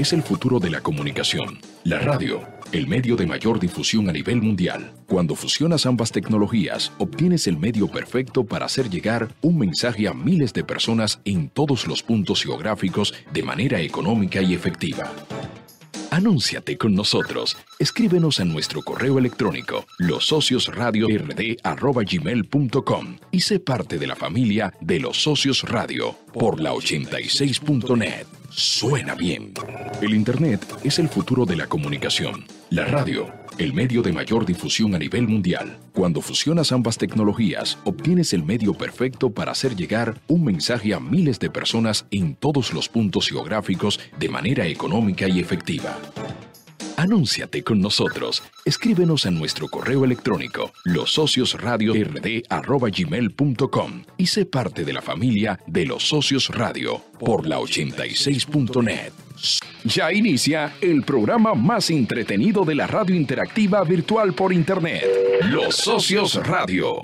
es el futuro de la comunicación. La radio, el medio de mayor difusión a nivel mundial. Cuando fusionas ambas tecnologías, obtienes el medio perfecto para hacer llegar un mensaje a miles de personas en todos los puntos geográficos de manera económica y efectiva. Anúnciate con nosotros. Escríbenos a nuestro correo electrónico lossociosradiord@gmail.com y sé parte de la familia de Los Socios Radio por la 86.net. Suena bien. El Internet es el futuro de la comunicación. La radio, el medio de mayor difusión a nivel mundial. Cuando fusionas ambas tecnologías, obtienes el medio perfecto para hacer llegar un mensaje a miles de personas en todos los puntos geográficos de manera económica y efectiva. Anúnciate con nosotros. Escríbenos a nuestro correo electrónico lossociosradiord@gmail.com y sé parte de la familia de Los Socios Radio por la 86.net. Ya inicia el programa más entretenido de la radio interactiva virtual por Internet, Los Socios Radio.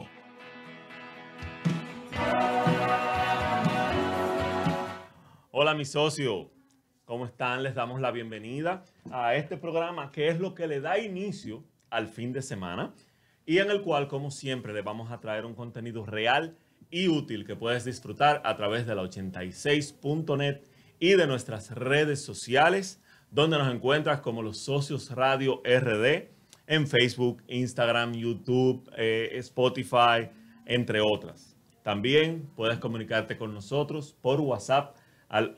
Hola mis socios, ¿cómo están? Les damos la bienvenida a este programa que es lo que le da inicio al fin de semana y en el cual, como siempre, les vamos a traer un contenido real y útil que puedes disfrutar a través de la 86.net y de nuestras redes sociales, donde nos encuentras como Los Socios Radio RD en Facebook, Instagram, YouTube, Spotify, entre otras. También puedes comunicarte con nosotros por WhatsApp al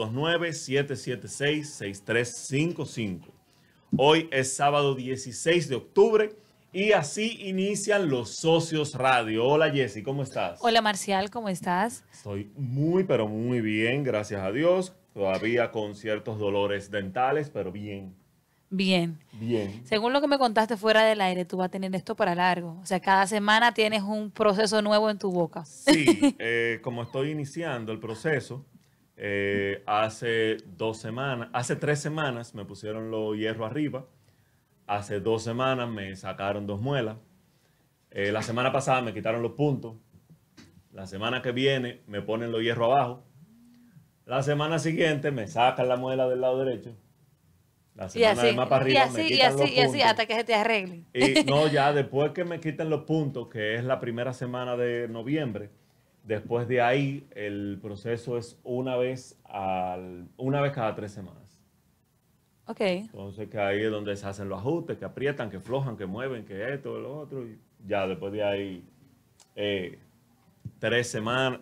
829-776-6355. Hoy es sábado 16 de octubre y así inician Los Socios Radio. Hola Jessy, ¿cómo estás? Hola Marcial, ¿cómo estás? Estoy muy, pero muy bien, gracias a Dios. Todavía con ciertos dolores dentales, pero bien. Bien. Bien. Según lo que me contaste fuera del aire, tú vas a tener esto para largo. O sea, cada semana tienes un proceso nuevo en tu boca. Sí, como estoy iniciando el proceso, hace 3 semanas me pusieron los hierros arriba. Hace 2 semanas me sacaron 2 muelas. La semana pasada me quitaron los puntos. La semana que viene me ponen los hierros abajo. La semana siguiente me sacan la muela del lado derecho. La semana de más para arriba me quitan los puntos. Y así hasta que se te arreglen. Y no, ya después que me quiten los puntos, que es la primera semana de noviembre, después de ahí el proceso es una vez cada 3 semanas. Ok. Entonces que ahí es donde se hacen los ajustes, que aprietan, que flojan, que mueven, que esto, lo otro. Y ya después de ahí 3 semanas,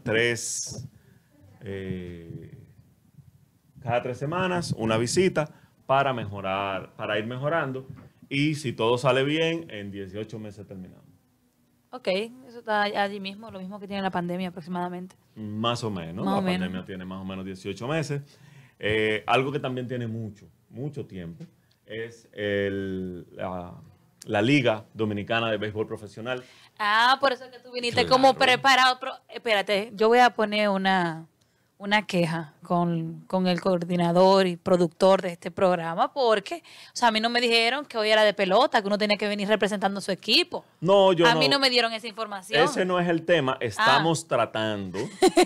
cada 3 semaas una visita para mejorar, para ir mejorando. Y si todo sale bien, en 18 meses terminamos. Ok, eso está allí mismo, lo mismo que tiene la pandemia aproximadamente. Más o menos. Más o La menos. pandemia tiene más o menos 18 meses. Algo que también tiene mucho tiempo es la Liga Dominicana de Béisbol Profesional. Ah, por eso que tú viniste Claro. como preparado. Espérate, yo voy a poner una queja con el coordinador y productor de este programa porque, o sea, a mí no me dijeron que hoy era de pelota, que uno tenía que venir representando a su equipo. No, yo A mí no me dieron esa información. Ese no es el tema. Estamos tratando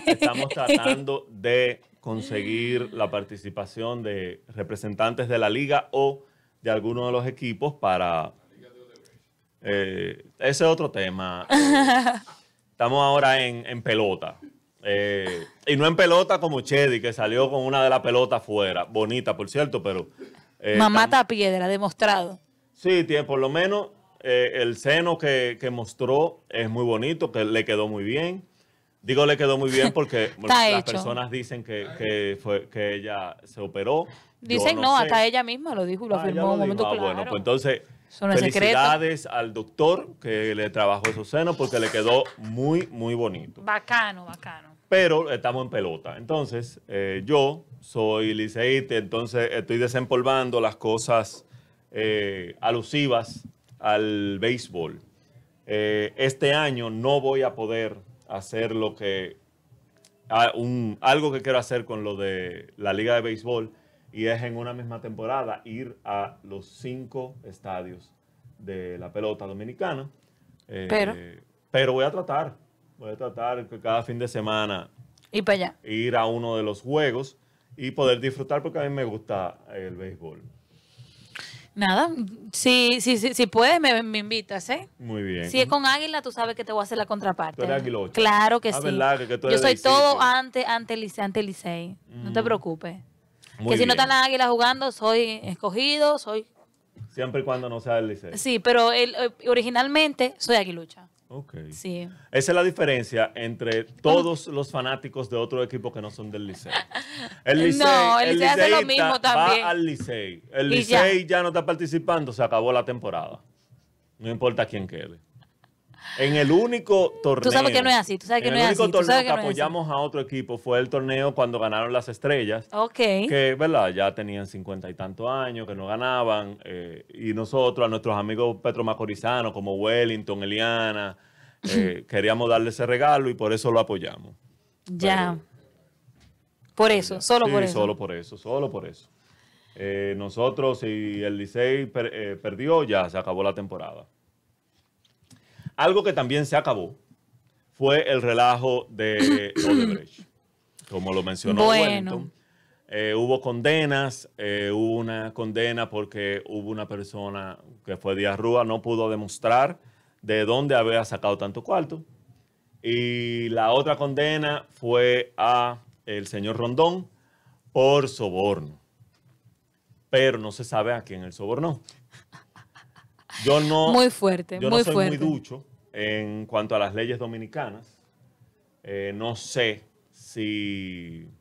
de conseguir la participación de representantes de la liga o de alguno de los equipos para... ese es otro tema. Estamos ahora en pelota. Y no en pelota como Chedi, que salió con una de las pelotas afuera. Bonita, por cierto, pero... Mamata piedra, demostrado. Sí, tiene por lo menos el seno que mostró es muy bonito, que le quedó muy bien. Digo le quedó muy bien porque las personas dicen que ella se operó. Dicen Yo no, sé. hasta ella misma lo dijo y lo afirmó en un momento claro. Bueno, pues entonces Eso no es felicidades al doctor que le trabajó esos senos porque le quedó muy, muy bonito. Bacano, bacano. Pero estamos en pelota. Entonces, yo soy liceísta, entonces estoy desempolvando las cosas alusivas al béisbol. Este año no voy a poder hacer algo que quiero hacer con lo de la Liga de Béisbol, y es en una misma temporada ir a los 5 estadios de la pelota dominicana. Pero voy a tratar que cada fin de semana y para allá ir a uno de los juegos y poder disfrutar porque a mí me gusta el béisbol. Nada, si puedes, me invitas, ¿eh? Muy bien. Si es con Águila, tú sabes que te voy a hacer la contraparte. Tú eres aguilocha. Claro que Ah, sí. ¿verdad? Que tú Yo eres soy de todo sitio. ante Licey. No te preocupes. Muy Que si no bien. están las Águilas jugando, soy escogido, soy... Siempre y cuando no sea el Licey. Sí, pero originalmente soy aguilucha. Ok. Sí. Esa es la diferencia entre todos los fanáticos de otro equipo que no son del Licey. No, el Licey hace lo liceísta mismo también. va al Licey. El Y ya. Licey ya no está participando, se acabó la temporada. No importa quién quede. En el único torneo. Tú sabes que no es así, tú sabes que en no el es único así, tú torneo sabes que que no es así. apoyamos a otro equipo fue el torneo cuando ganaron las Estrellas. Ok. Que, ¿verdad? Ya tenían 50 y tantos años, que no ganaban. Y nosotros, a nuestros amigos petromacorizanos como Wellington, Eliana, queríamos darle ese regalo y por eso lo apoyamos. Ya. Pero- Por eso, solo Sí, por eso. solo por eso, solo por eso. Nosotros, si el Licey perdió, ya se acabó la temporada. Algo que también se acabó fue el relajo de Odebrecht. Como lo mencionó Bueno. Wellington, hubo condenas, hubo una condena porque hubo una persona que fue Díaz Rúa, no pudo demostrar de dónde había sacado tanto cuarto. Y la otra condena fue a el señor Rondón por soborno. Pero no se sabe a quién él sobornó. Yo no, Muy fuerte, yo muy no soy fuerte. muy ducho en cuanto a las leyes dominicanas. No sé si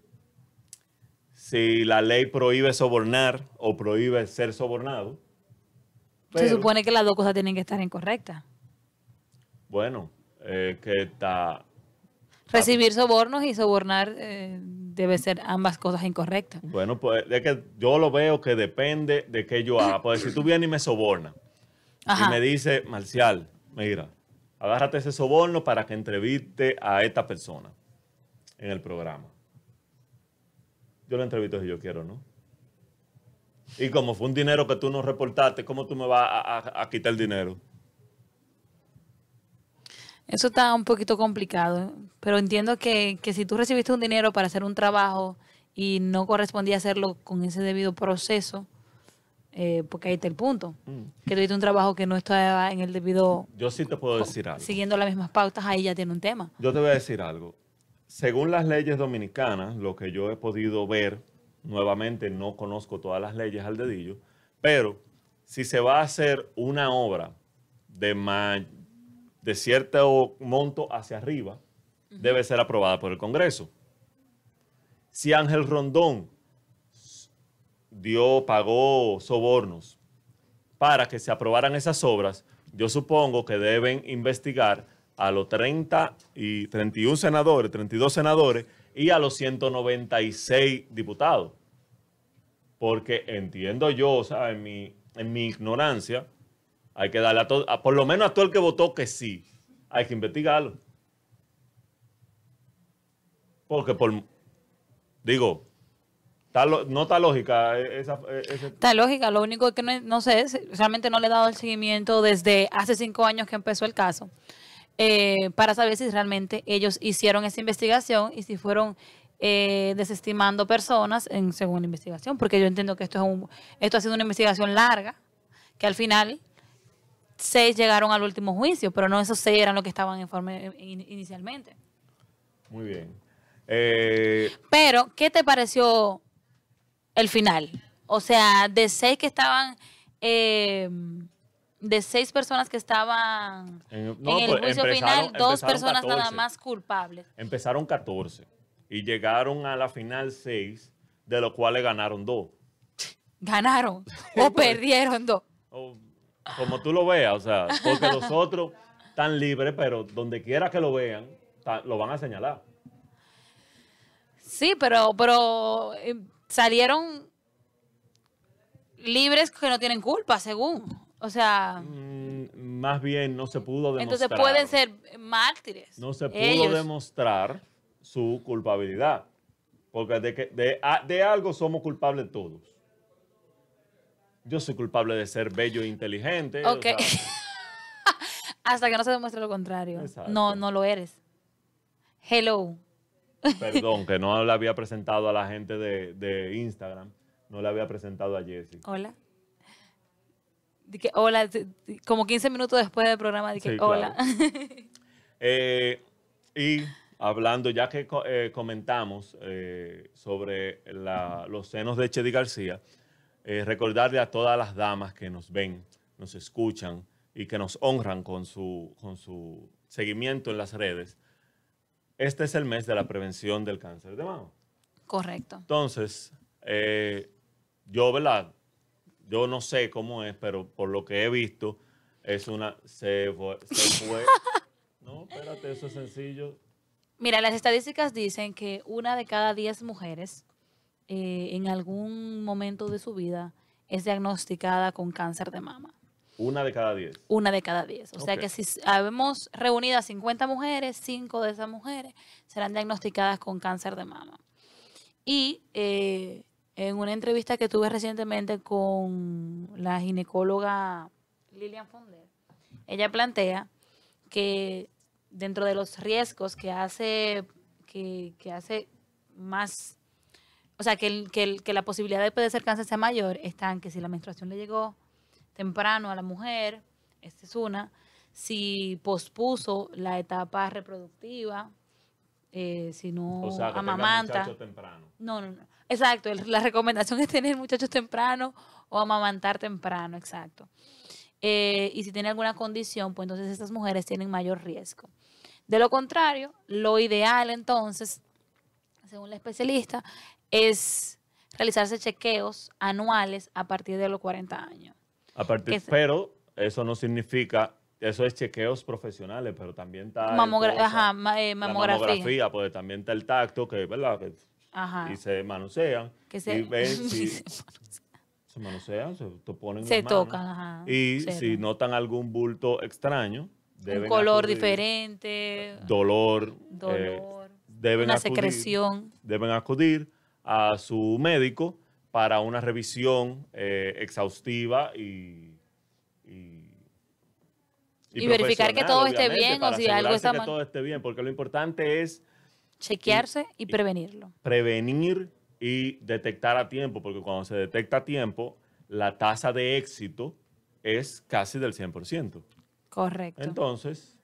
la ley prohíbe sobornar o prohíbe ser sobornado. Se Pero, supone que las dos cosas tienen que estar incorrectas. bueno, que está... Recibir sobornos y sobornar debe ser ambas cosas incorrectas. Bueno, pues es que yo lo veo que depende de qué yo haga. Pues si tú vienes y me sobornas y Ajá. me dice, Marcial, mira, agárrate ese soborno para que entreviste a esta persona en el programa. Yo lo entrevisto si yo quiero, ¿no? Y como fue un dinero que tú no reportaste, ¿cómo tú me vas a quitar el dinero? Eso está un poquito complicado, pero entiendo que si tú recibiste un dinero para hacer un trabajo y no correspondía hacerlo con ese debido proceso, porque ahí está el punto, que tuviste un trabajo que no estaba en el debido, Yo sí te puedo decir algo. siguiendo las mismas pautas, ahí ya tiene un tema. Yo te voy a decir algo. Según las leyes dominicanas, lo que yo he podido ver, nuevamente no conozco todas las leyes al dedillo, pero si se va a hacer una obra de cierto monto hacia arriba, debe ser aprobada por el Congreso. Si Ángel Rondón pagó sobornos para que se aprobaran esas obras, yo supongo que deben investigar a los 31 senadores, 32 senadores y a los 196 diputados. Porque entiendo yo, o sea, en mi ignorancia, hay que darle por lo menos a todo el que votó que sí, hay que investigarlo. Porque digo, no está lógica Está lógica, lo único que no sé, realmente no le he dado el seguimiento desde hace 5 años que empezó el caso, para saber si realmente ellos hicieron esa investigación y si fueron desestimando personas según la investigación, porque yo entiendo que esto ha sido una investigación larga, que al final 6 llegaron al último juicio, pero no esos 6 eran los que estaban inicialmente. Muy bien. Pero, ¿qué te pareció el final? O sea, de 6 que estaban, de 6 personas que estaban en el juicio final, 2 personas 14. nada más culpables. Empezaron 14 y llegaron a la final 6, de los cuales ganaron 2. ¿Ganaron o perdieron 2? Como tú lo veas, o sea, porque los otros están libres, pero donde quiera que lo vean, lo van a señalar. Sí, pero salieron libres que no tienen culpa, según. O sea, Más bien no se pudo demostrar. entonces pueden ser mártires. No se pudo ellos. demostrar su culpabilidad. Porque de algo somos culpables todos. Yo soy culpable de ser bello e inteligente. Ok. O sea, Hasta que no se demuestre lo contrario. Exacto. No lo eres. Hello. Perdón, que no le había presentado a la gente de Instagram, no le había presentado a Jessie. Hola. Di que, hola, como 15 minutos después del programa, di que, Sí, hola. claro. Y hablando, ya que comentamos sobre los senos de Chedi García, recordarle a todas las damas que nos ven, nos escuchan y que nos honran con su seguimiento en las redes. Este es el mes de la prevención del cáncer de mama. Correcto. Entonces, yo, ¿verdad? Yo no sé cómo es, pero por lo que he visto, es una... Se fue. No, espérate, eso es sencillo. Mira, las estadísticas dicen que 1 de cada 10 mujeres en algún momento de su vida es diagnosticada con cáncer de mama. 1 de cada 10. 1 de cada 10. O sea Ok. que si habemos reunidas 50 mujeres, 5 de esas mujeres serán diagnosticadas con cáncer de mama. Y en una entrevista que tuve recientemente con la ginecóloga Lilian Fonder, ella plantea que dentro de los riesgos que hace más, o sea, que la posibilidad de padecer cáncer sea mayor, están que si la menstruación le llegó temprano a la mujer, esta es una, si pospuso la etapa reproductiva, si no O sea, que tenga amamanta. muchacho temprano. No. Exacto, la recomendación es tener muchachos temprano o amamantar temprano, exacto. Y si tiene alguna condición, pues entonces estas mujeres tienen mayor riesgo. De lo contrario, lo ideal entonces, según la especialista, es realizarse chequeos anuales a partir de los 40 años. Pero eso no significa, eso es chequeos profesionales, pero también está Mamografía. la mamografía, pues también está el tacto, que ¿verdad? Que, Ajá. y se manosean. Que se- Y ven si se manosean, se te ponen Se las manos. tocan, ajá. Y Cero. si notan algún bulto extraño, Un deben color acudir. diferente, Dolor. Deben una acudir, secreción. Deben acudir a su médico para una revisión exhaustiva y verificar que profesional, todo esté obviamente, bien o para si algo asegurarse está que mal. todo esté bien, porque lo importante es Chequearse y prevenirlo. prevenir y detectar a tiempo, porque cuando se detecta a tiempo, la tasa de éxito es casi del 100%. Correcto. Entonces,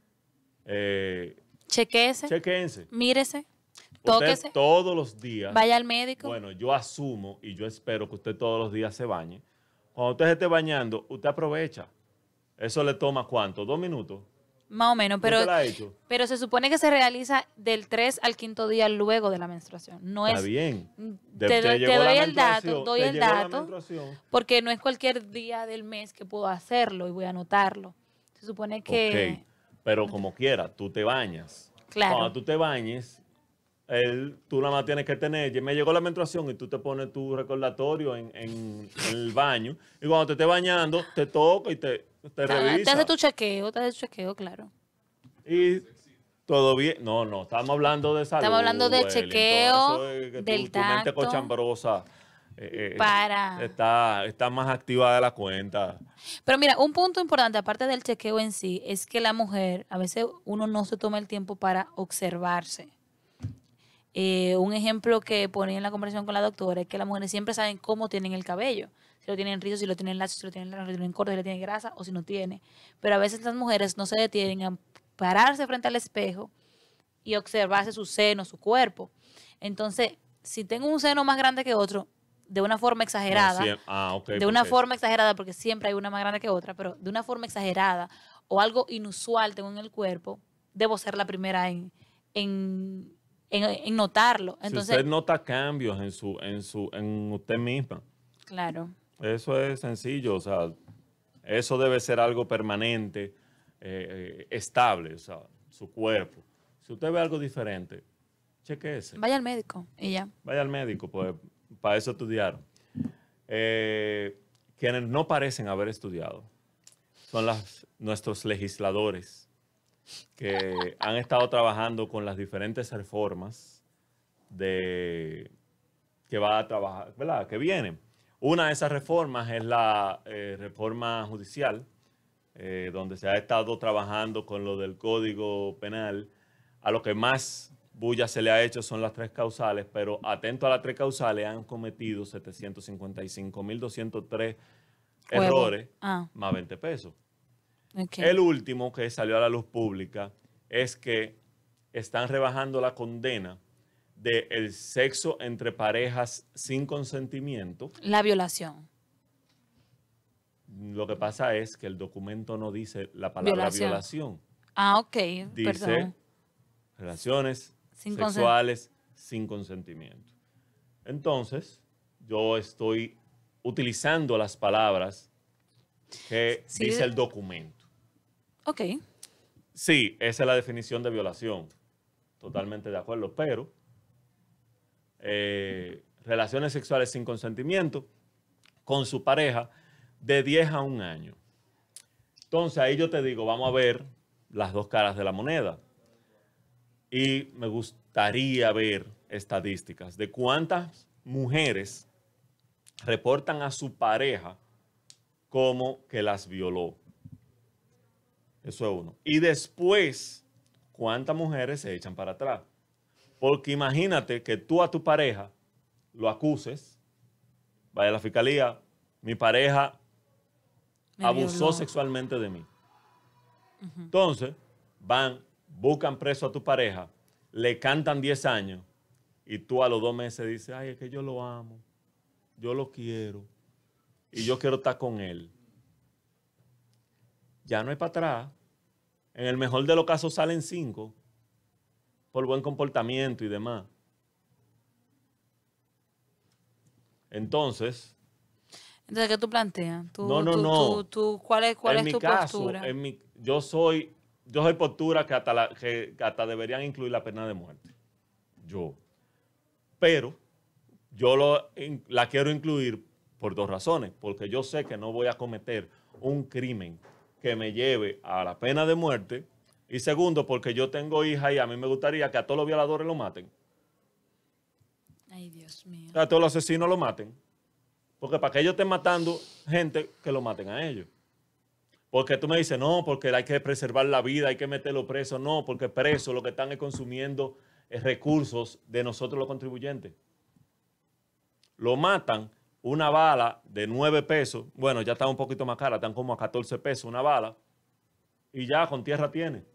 Chequéese, chequense. mírese, Usted tóquese, todos los días. vaya al médico. Bueno, yo asumo y yo espero que usted todos los días se bañe. Cuando usted se esté bañando, usted aprovecha. ¿Eso le toma cuánto? ¿2 minutos? Más o menos, pero, ¿Usted la ha hecho? pero se supone que se realiza del 3 al 5º día luego de la menstruación. No Está es. bien. Te llegó la doy el dato, menstruación, doy te el llegó la dato, menstruación. porque no es cualquier día del mes que puedo hacerlo y voy a anotarlo. Se supone que. Ok, pero como quiera, tú te bañas. Claro. Cuando tú te bañes, tú nada más tienes que tener, me llegó la menstruación y tú te pones tu recordatorio en el baño. Y cuando te estés bañando, te toca y te Te revisa. hace tu chequeo, claro. Y todo bien. No, estamos hablando de salud. Estamos hablando del Wellington. chequeo, Eso es que del tu mente tacto. cochambrosa Para. está más activa de la cuenta. Pero mira, un punto importante, aparte del chequeo en sí, es que la mujer, a veces uno no se toma el tiempo para observarse. Un ejemplo que ponía en la conversación con la doctora es que las mujeres siempre saben cómo tienen el cabello. Si lo tienen rizo, si lo tienen lacio, si lo tienen largo, si lo tienen corto, si lo tienen grasa o si no tiene. Pero a veces las mujeres no se detienen a pararse frente al espejo y observarse su seno, su cuerpo. Entonces, si tengo un seno más grande que otro, de una forma exagerada, de una forma exagerada, porque siempre hay una más grande que otra, pero de una forma exagerada o algo inusual tengo en el cuerpo, debo ser la primera en notarlo. Entonces, si usted nota cambios en usted misma, claro. eso es sencillo, o sea, eso debe ser algo permanente, estable, o sea, su cuerpo. Si usted ve algo diferente, chequéese. Vaya al médico y ya. Vaya al médico, pues para eso estudiaron. Quienes no parecen haber estudiado son nuestros legisladores que han estado trabajando con las diferentes reformas que va a trabajar, ¿verdad? Que vienen. Una de esas reformas es la reforma judicial, donde se ha estado trabajando con lo del Código Penal, a lo que más bulla se le ha hecho son las 3 causales, pero atento a las 3 causales, han cometido 755.203 errores más 20 pesos. Okay. El último que salió a la luz pública es que están rebajando la condena del sexo entre parejas sin consentimiento. La violación. Lo que pasa es que el documento no dice la palabra violación. Ah, ok. Dice perdón. Relaciones Sin sexuales sin consentimiento. Entonces, yo estoy utilizando las palabras que dice el documento. Ok. Sí, esa es la definición de violación. Totalmente de acuerdo. Pero relaciones sexuales sin consentimiento con su pareja de 10 a 1 año. Entonces, ahí yo te digo, vamos a ver las dos caras de la moneda. Y me gustaría ver estadísticas de cuántas mujeres reportan a su pareja como que las violó. Eso es uno. Y después, ¿cuántas mujeres se echan para atrás? Porque imagínate que tú a tu pareja lo acuses, vaya a la fiscalía, mi pareja abusó sexualmente de mí. Entonces, van, buscan preso a tu pareja, le cantan 10 años y tú a los 2 meses dices, ay, es que yo lo amo, yo lo quiero y yo quiero estar con él. Ya no hay para atrás. En el mejor de los casos salen 5 por buen comportamiento y demás. Entonces, ¿qué tú planteas? No. ¿Cuál es tu postura? Yo soy postura que hasta deberían incluir la pena de muerte. Pero yo la quiero incluir por 2 razones. Porque yo sé que no voy a cometer un crimen que me lleve a la pena de muerte. Y segundo, porque yo tengo hija y a mí me gustaría que a todos los violadores lo maten. Ay, Dios mío. Que a todos los asesinos lo maten. Porque para que ellos estén matando gente, que lo maten a ellos. Porque tú me dices, no, porque hay que preservar la vida, hay que meterlo preso. No, porque preso lo que están es consumiendo recursos de nosotros los contribuyentes. Lo matan, una bala de 9 pesos, bueno, ya está un poquito más cara, están como a 14 pesos una bala, y ya con tierra tiene.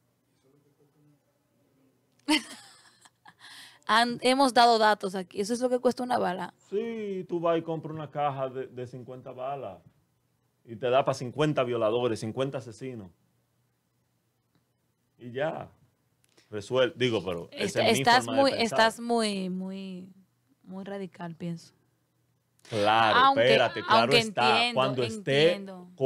Hemos dado datos aquí. ¿Eso es lo que cuesta una bala? Sí, tú vas y compras una caja de 50 balas y te da para 50 violadores, 50 asesinos. Y ya. Resuelve. Digo, pero esa es mi forma de pensar. Estás muy radical, pienso. Claro, espérate, claro está. Entiendo, cuando esté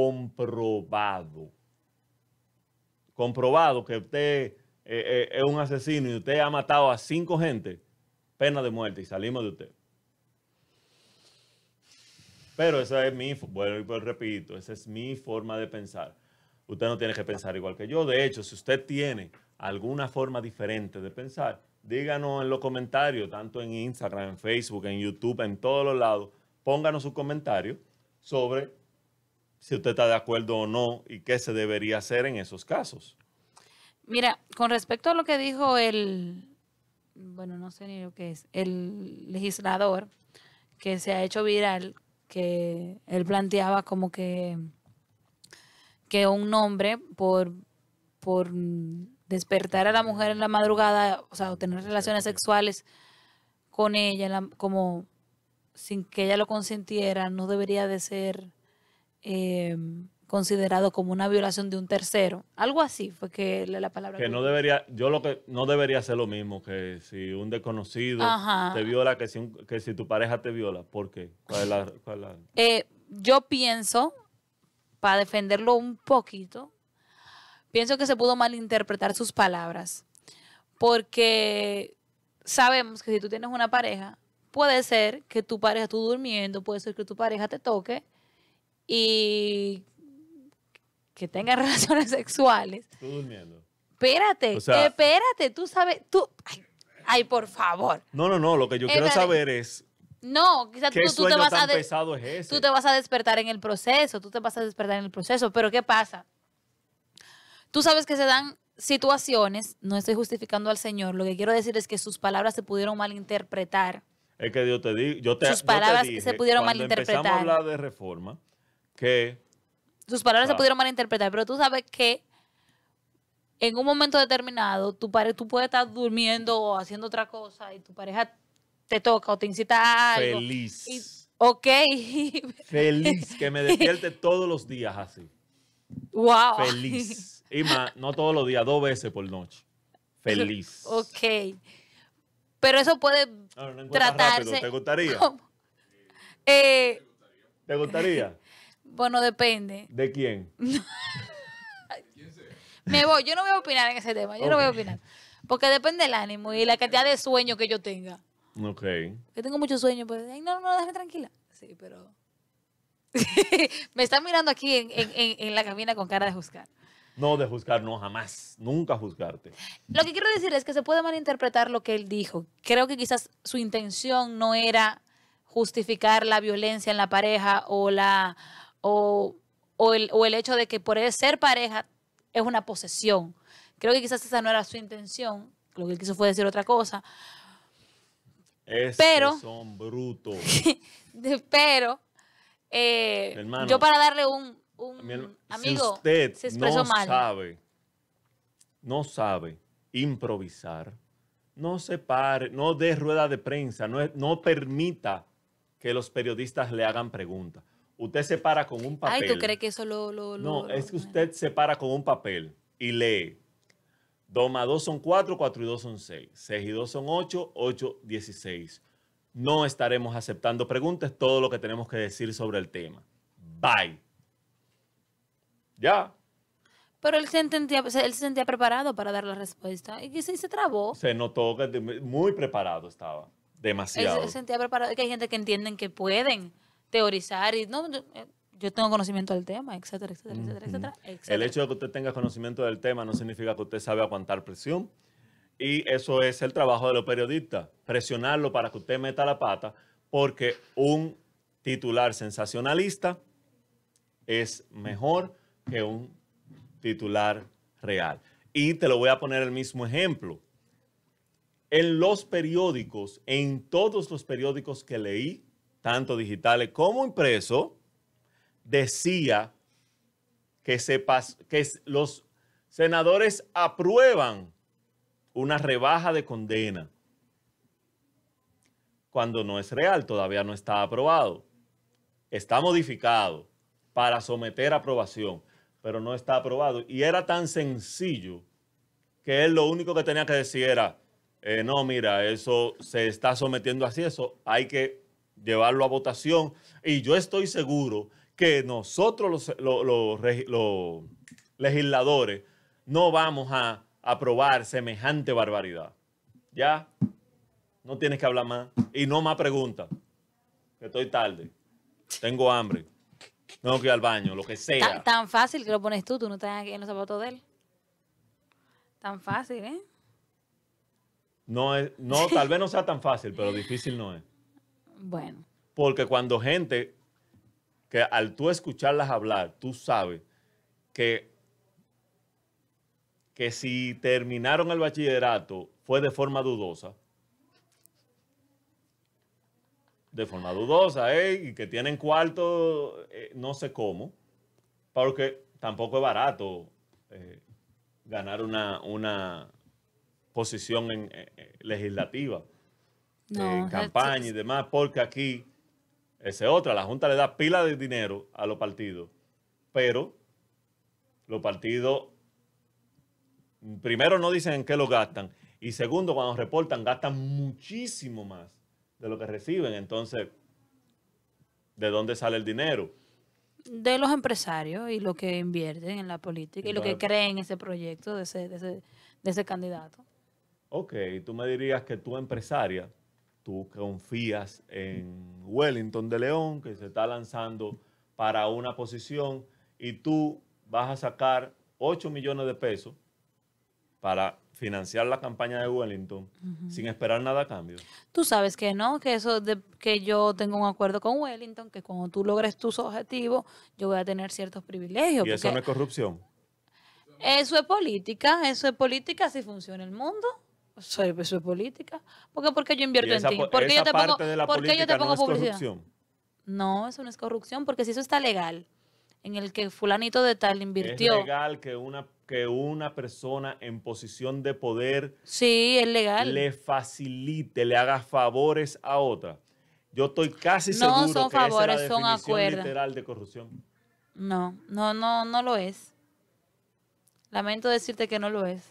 comprobado que usted es un asesino y usted ha matado a 5 gente, pena de muerte y salimos de usted. Pero esa es repito, esa es mi forma de pensar. Usted no tiene que pensar igual que yo. De hecho, si usted tiene alguna forma diferente de pensar, díganos en los comentarios, tanto en Instagram, en Facebook, en YouTube, en todos los lados. Pónganos su comentario sobre si usted está de acuerdo o no y qué se debería hacer en esos casos. Mira, con respecto a lo que dijo no sé ni lo que es, el legislador que se ha hecho viral, que él planteaba como que un hombre por despertar a la mujer en la madrugada, o sea, o tener relaciones sexuales con ella, como sin que ella lo consintiera, no debería de ser considerado como una violación de un tercero. Algo así fue que la palabra. Que no debería, no debería ser lo mismo que si un desconocido te viola, que si tu pareja te viola. ¿Por qué? ¿Cuál es la? Yo pienso, para defenderlo un poquito, pienso que se pudo malinterpretar sus palabras. Porque sabemos que si tú tienes una pareja, puede ser que tu pareja, tú durmiendo, puede ser que tu pareja te toque y que tengan relaciones sexuales. Tú durmiendo. Espérate, tú sabes, ay, por favor. No, lo que yo quiero saber es no, quizás ¿qué tú te vas tan pesado es ese? Tú te vas a despertar en el proceso, pero ¿qué pasa? Tú sabes que se dan situaciones, no estoy justificando al Señor, lo que quiero decir es que sus palabras se pudieron malinterpretar. Es que Dios te digo, Sus palabras se pudieron malinterpretar. Empezamos a hablar de reforma, que Sus palabras se pudieron malinterpretar, pero tú sabes que en un momento determinado tú puedes estar durmiendo o haciendo otra cosa y tu pareja te toca o te incita a algo. feliz. Ok. Feliz, que me despierte todos los días así. Wow. Feliz. Y más, no todos los días, 2 veces por noche. Feliz. Ok. Pero eso puede tratarse. Rápido. ¿Te gustaría? ¿Cómo? ¿Te gustaría? Bueno, depende. ¿De quién? Me voy. Yo no voy a opinar en ese tema. Yo no voy a opinar. Porque depende del ánimo y la cantidad de sueño que yo tenga. Ok. Que tengo mucho sueño, pues, ay, no, déjame tranquila. Sí, pero... Me están mirando aquí en la cabina con cara de juzgar. No, de juzgar, no, jamás. Nunca juzgarte. Lo que quiero decir es que se puede malinterpretar lo que él dijo. Creo que quizás su intención no era justificar la violencia en la pareja o el hecho de que por él ser pareja es una posesión. Creo que quizás esa no era su intención. Lo que él quiso fue decir otra cosa. Pero son brutos. Pero Hermano, yo para darle un si amigo usted se expresó mal. No sabe improvisar, no se pare, no dé rueda de prensa, no permita que los periodistas le hagan preguntas. Usted se para con un papel. Ay, ¿tú crees que eso No, es que usted se para con un papel y lee. 2 más 2 son 4, 4 y 2 son 6. 6 y 2 son 8, 8, 16. No estaremos aceptando preguntas, todo lo que tenemos que decir sobre el tema. Bye. Ya. Pero él se sentía preparado para dar la respuesta y se trabó. Se notó que muy preparado estaba. Demasiado. Él se sentía preparado. Es que hay gente que entienden que pueden teorizar y no, yo tengo conocimiento del tema, etcétera, etcétera, etcétera, etcétera, etcétera. El hecho de que usted tenga conocimiento del tema no significa que usted sabe aguantar presión. Y eso es el trabajo de los periodistas, presionarlo para que usted meta la pata, porque un titular sensacionalista es mejor que un titular real. Y te lo voy a poner el mismo ejemplo. En los periódicos, en todos los periódicos que leí, tanto digitales como impresos, decía que los senadores aprueban una rebaja de condena. Cuando no es real, todavía no está aprobado. Está modificado para someter a aprobación, pero no está aprobado. Y era tan sencillo que él lo único que tenía que decir era, no, mira, eso se está sometiendo así, eso hay que llevarlo a votación. Y yo estoy seguro que nosotros los legisladores no vamos a aprobar semejante barbaridad. Ya, no tienes que hablar más. Y no más preguntas. Que estoy tarde. Tengo hambre. Tengo que ir al baño, lo que sea. Tan fácil que lo pones tú no estás aquí en los zapatos de él. Tan fácil, ¿eh? No, tal vez no sea tan fácil, pero difícil no es. Bueno. Porque cuando gente, que al tú escucharlas hablar, tú sabes que si terminaron el bachillerato fue de forma dudosa. De forma dudosa, y que tienen cuarto, no sé cómo, porque tampoco es barato ganar una posición legislativa, en campaña y demás, porque aquí, esa es otra, la Junta le da pila de dinero a los partidos, pero los partidos, primero, no dicen en qué lo gastan, y segundo, cuando reportan, gastan muchísimo más de lo que reciben. Entonces, ¿de dónde sale el dinero? De los empresarios y lo que invierten en la política y lo que creen en ese proyecto de ese candidato. Ok, tú me dirías que tú, empresaria, tú confías en Wellington de León, que se está lanzando para una posición, y tú vas a sacar 8 millones de pesos para financiar la campaña de Wellington sin esperar nada a cambio. Tú sabes que no, que que yo tengo un acuerdo con Wellington, que cuando tú logres tus objetivos, yo voy a tener ciertos privilegios. ¿Y eso no es corrupción? Eso es política, así funciona el mundo. Eso es política. ¿Por qué yo invierto en ti? ¿Por qué yo te pongo, por qué yo te pongo publicidad? Corrupción. No, eso no es corrupción, porque si eso está legal, en el que fulanito de tal invirtió. Es legal que una persona en posición de poder Sí, es legal. le facilite, le haga favores a otra. Yo estoy casi No seguro son que esa favores, es la son definición acuerdos. literal de corrupción. No lo es. Lamento decirte que no lo es.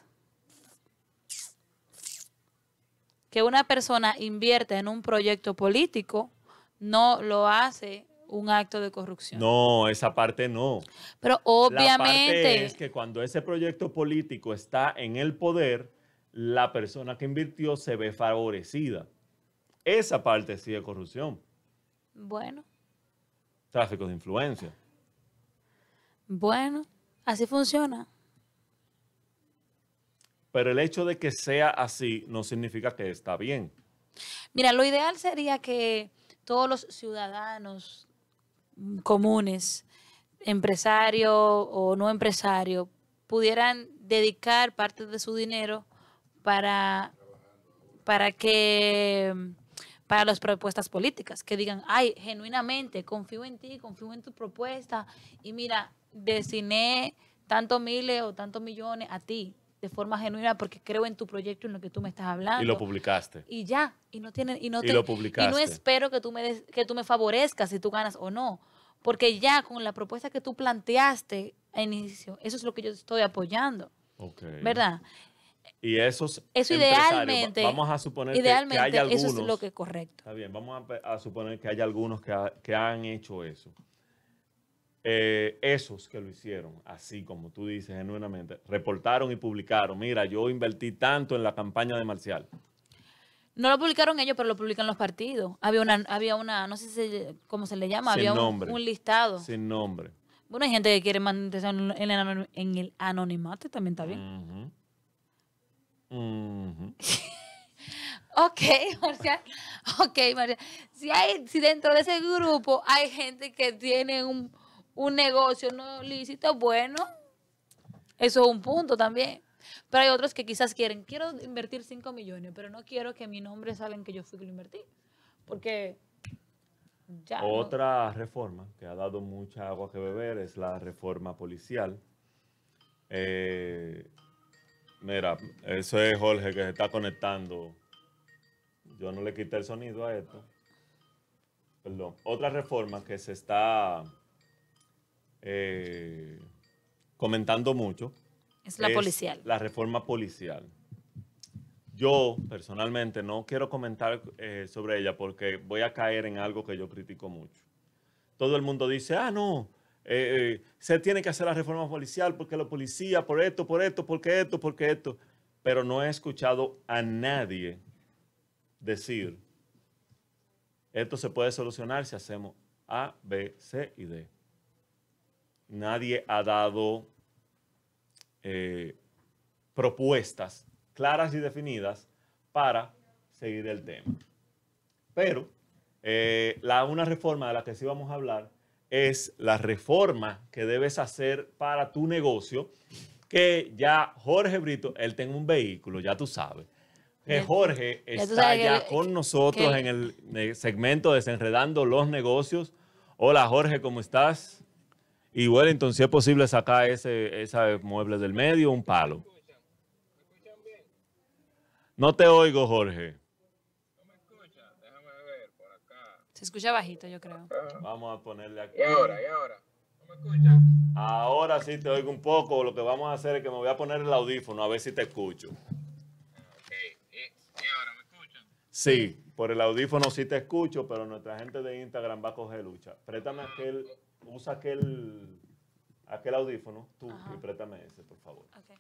Que una persona invierta en un proyecto político no lo hace un acto de corrupción. No, esa parte no. Pero La obviamente, parte es que cuando ese proyecto político está en el poder, la persona que invirtió se ve favorecida. Esa parte sí es corrupción. bueno, Tráfico de influencia. así funciona. Pero el hecho de que sea así no significa que está bien. Mira, lo ideal sería que todos los ciudadanos comunes, empresarios o no empresarios, pudieran dedicar parte de su dinero para las propuestas políticas, que digan, ay, genuinamente, confío en ti, confío en tu propuesta, y mira, destiné tantos miles o tantos millones a ti, de forma genuina, porque creo en tu proyecto, en lo que tú me estás hablando. Y lo publicaste. Y ya, y no lo publicaste. y no espero que tú me favorezcas si tú ganas o no, porque ya con la propuesta que tú planteaste a inicio, eso es lo que yo estoy apoyando. Okay. ¿Verdad? Y eso idealmente, vamos a suponer idealmente, que hay algunos, eso es lo que es correcto. Está bien, vamos a suponer que hay algunos que han hecho eso. Esos que lo hicieron, así como tú dices, genuinamente, reportaron y publicaron, mira, yo invertí tanto en la campaña de Marcial. No lo publicaron ellos, pero lo publican los partidos. Había una no sé cómo se le llama, Sin había nombre. un listado. Sin nombre. Bueno, hay gente que quiere mantenerse en el anonimato, también está bien. Ok, Marcial. Ok, Marcial. Si dentro de ese grupo hay gente que tiene un negocio no lícito, bueno, eso es un punto también. Pero hay otros que quizás quiero invertir 5 millones, pero no quiero que mi nombre salga en que yo fui que lo invertí. Porque ya. Otra reforma que ha dado mucha agua que beber es la reforma policial. Mira, eso es Jorge que se está conectando. Yo no le quité el sonido a esto. Perdón. Otra reforma que se está comentando mucho es la policial. La reforma policial. Yo, personalmente, no quiero comentar sobre ella porque voy a caer en algo que yo critico mucho. Todo el mundo dice, no, se tiene que hacer la reforma policial porque los policías, por esto, porque esto. Pero no he escuchado a nadie decir, esto se puede solucionar si hacemos A, B, C y D. Nadie ha dado propuestas claras y definidas para seguir el tema. Pero una reforma de la que sí vamos a hablar es la reforma que debes hacer para tu negocio, que ya Jorge Brito, él tiene un vehículo, ya tú sabes. Que Jorge está ya con nosotros en el segmento Desenredando los Negocios. Hola Jorge, ¿cómo estás? Y Wellington, si es posible sacar ese mueble del medio, un palo. ¿Me escuchan bien? No te oigo, Jorge. ¿No me escuchan? Déjame ver por acá. Se escucha bajito, yo creo. Vamos a ponerle aquí. ¿Y ahora? ¿No me escuchan? Ahora sí te oigo un poco. Lo que vamos a hacer es que me voy a poner el audífono a ver si te escucho. Ok. ¿Y ahora me escuchan? Sí, por el audífono sí te escucho, pero nuestra gente de Instagram va a coger lucha. Préstame usa aquel audífono tú. Ajá. Y préstame ese, por favor. Okay.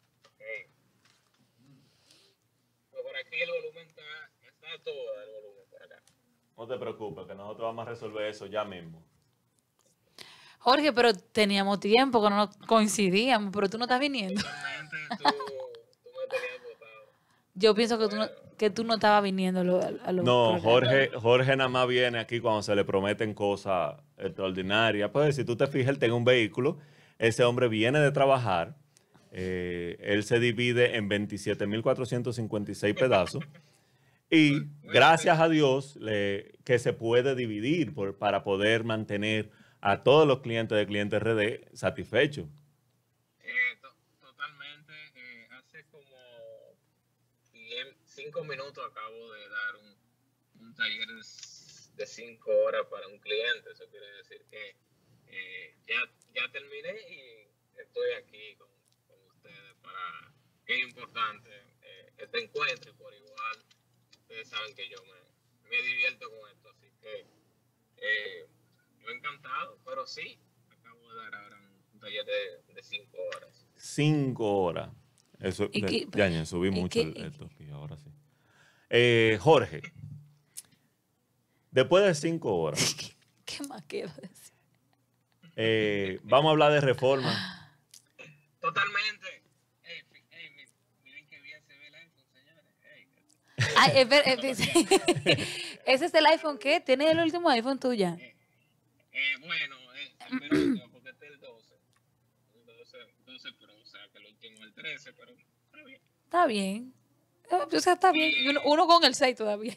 Pues por aquí el volumen está todo el volumen por acá. No te preocupes, que nosotros vamos a resolver eso ya mismo. Jorge, pero teníamos tiempo que no coincidíamos, pero tú no estás viniendo. Totalmente, tú me tenías votado. Yo pienso que tú no estabas viniendo a lo No, Jorge nada más viene aquí cuando se le prometen cosas extraordinarias. Pues si tú te fijas, él tiene un vehículo, ese hombre viene de trabajar Él se divide en 27.456 pedazos. Y gracias a Dios que se puede dividir para poder mantener a todos los clientes de Cliente RD satisfechos. Totalmente. Hace como 5 minutos acabo de dar un taller de 5 horas para un cliente. Eso quiere decir que ya terminé y estoy aquí con ustedes para que es importante este encuentro y por igual. Ustedes saben que yo me divierto con esto, así que yo encantado, pero sí, acabo de dar ahora un taller de 5 horas. 5 horas. Eso, ya subí mucho esto aquí, ahora sí. Jorge, después de 5 horas. ¿Qué más quiero decir? Vamos a hablar de reforma. Totalmente. Miren qué bien se ve el iPhone, señores. ¿Ese es el iPhone qué? ¿Tienes el último iPhone tuya? Bueno, el penúltimo, porque este es el 12. El 12 Pro, o sea, que el último es el 13, pero está bien. Está bien. O sea, está bien. Uno con el 6 todavía.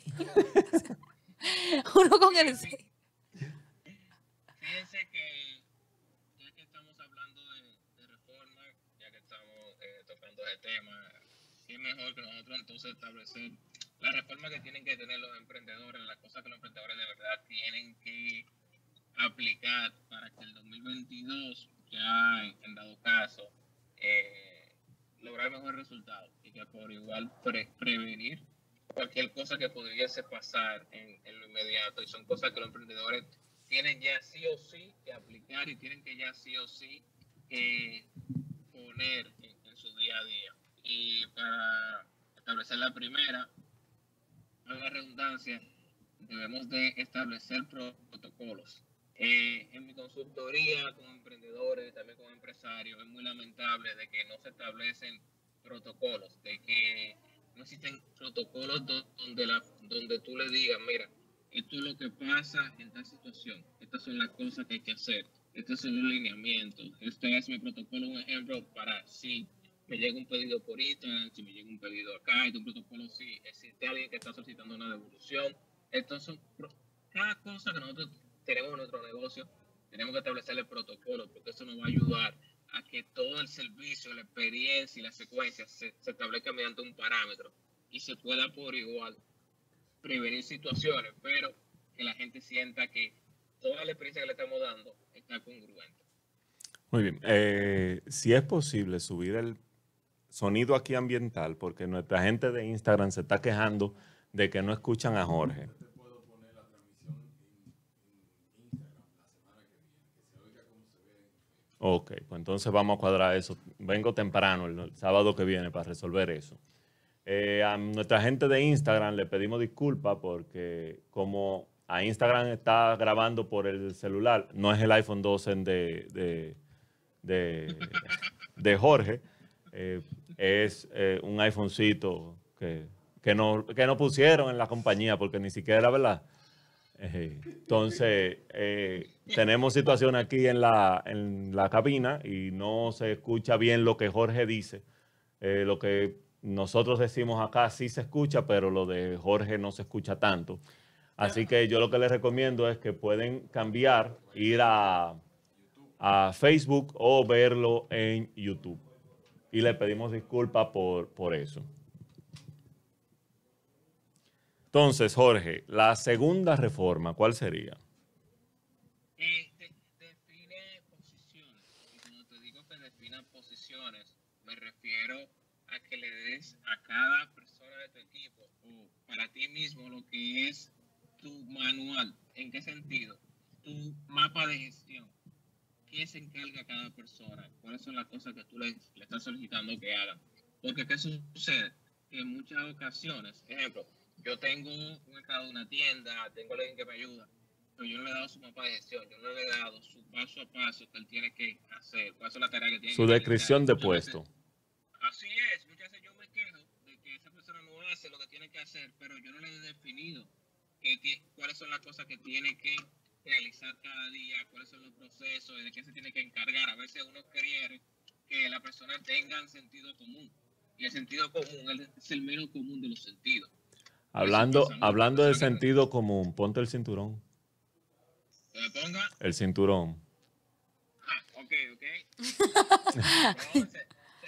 Uno con el 6. Fíjense que ya que estamos hablando de reforma, ya que estamos tocando ese tema, es mejor que nosotros entonces establecer la reforma que tienen que tener los emprendedores, las cosas que los emprendedores de verdad tienen que aplicar para que el 2022, ya en dado caso, lograr mejores resultados y que por igual prevenir cualquier cosa que pudiese pasar en lo inmediato. Y son cosas que los emprendedores tienen ya sí o sí que aplicar y tienen que ya sí o sí poner en su día a día. Y para establecer la primera, a la redundancia, debemos de establecer protocolos. En mi consultoría con emprendedores y también con empresarios es muy lamentable de que no se establecen protocolos, de que no existen protocolos donde tú le digas, mira, esto es lo que pasa en tal situación, estas son las cosas que hay que hacer, estos son los lineamientos, este es mi protocolo, un ejemplo para si me llega un pedido por Instagram, si me llega un pedido acá, y un protocolo si existe alguien que está solicitando una devolución. Estos son cada cosa que nosotros tenemos en nuestro negocio, tenemos que establecerle protocolo, porque eso nos va a ayudar a que todo el servicio, la experiencia y la secuencia se establezca mediante un parámetro y se pueda por igual prevenir situaciones, pero que la gente sienta que toda la experiencia que le estamos dando está congruente. Muy bien. Si es posible subir el sonido aquí ambiental, porque nuestra gente de Instagram se está quejando de que no escuchan a Jorge. Ok, pues entonces vamos a cuadrar eso. Vengo temprano el sábado que viene para resolver eso. A nuestra gente de Instagram le pedimos disculpas porque como a Instagram está grabando por el celular, no es el iPhone 12 de Jorge, es un iPhonecito que no pusieron en la compañía porque ni siquiera era verdad. Entonces, tenemos situación aquí en la cabina y no se escucha bien lo que Jorge dice. Lo que nosotros decimos acá sí se escucha, pero lo de Jorge no se escucha tanto. Así que yo lo que les recomiendo es que pueden cambiar, ir a Facebook o verlo en YouTube. Y le pedimos disculpas por eso. Entonces, Jorge, la segunda reforma, ¿cuál sería? Define posiciones. Y cuando te digo que defina posiciones, me refiero a que le des a cada persona de tu equipo o para ti mismo lo que es tu manual. ¿En qué sentido? Tu mapa de gestión. ¿Qué se encarga cada persona? ¿Cuáles son las cosas que tú le estás solicitando que hagan? Porque ¿qué sucede? Que en muchas ocasiones, ejemplo, yo tengo un mercado de una tienda, tengo alguien que me ayuda, pero yo no le he dado su mapa de gestión, yo no le he dado su paso a paso que él tiene que hacer, cuáles son las tareas que tiene que hacer. Su descripción de puesto. Así es, muchas veces yo me quejo de que esa persona no hace lo que tiene que hacer, pero yo no le he definido cuáles son las cosas que tiene que realizar cada día, cuáles son los procesos y de qué se tiene que encargar. A veces uno quiere que la persona tenga sentido común. Y el sentido común es el menos común de los sentidos. Hablando de sentido común, ponte el cinturón. ¿Que me ponga? El cinturón. Ok. Entonces,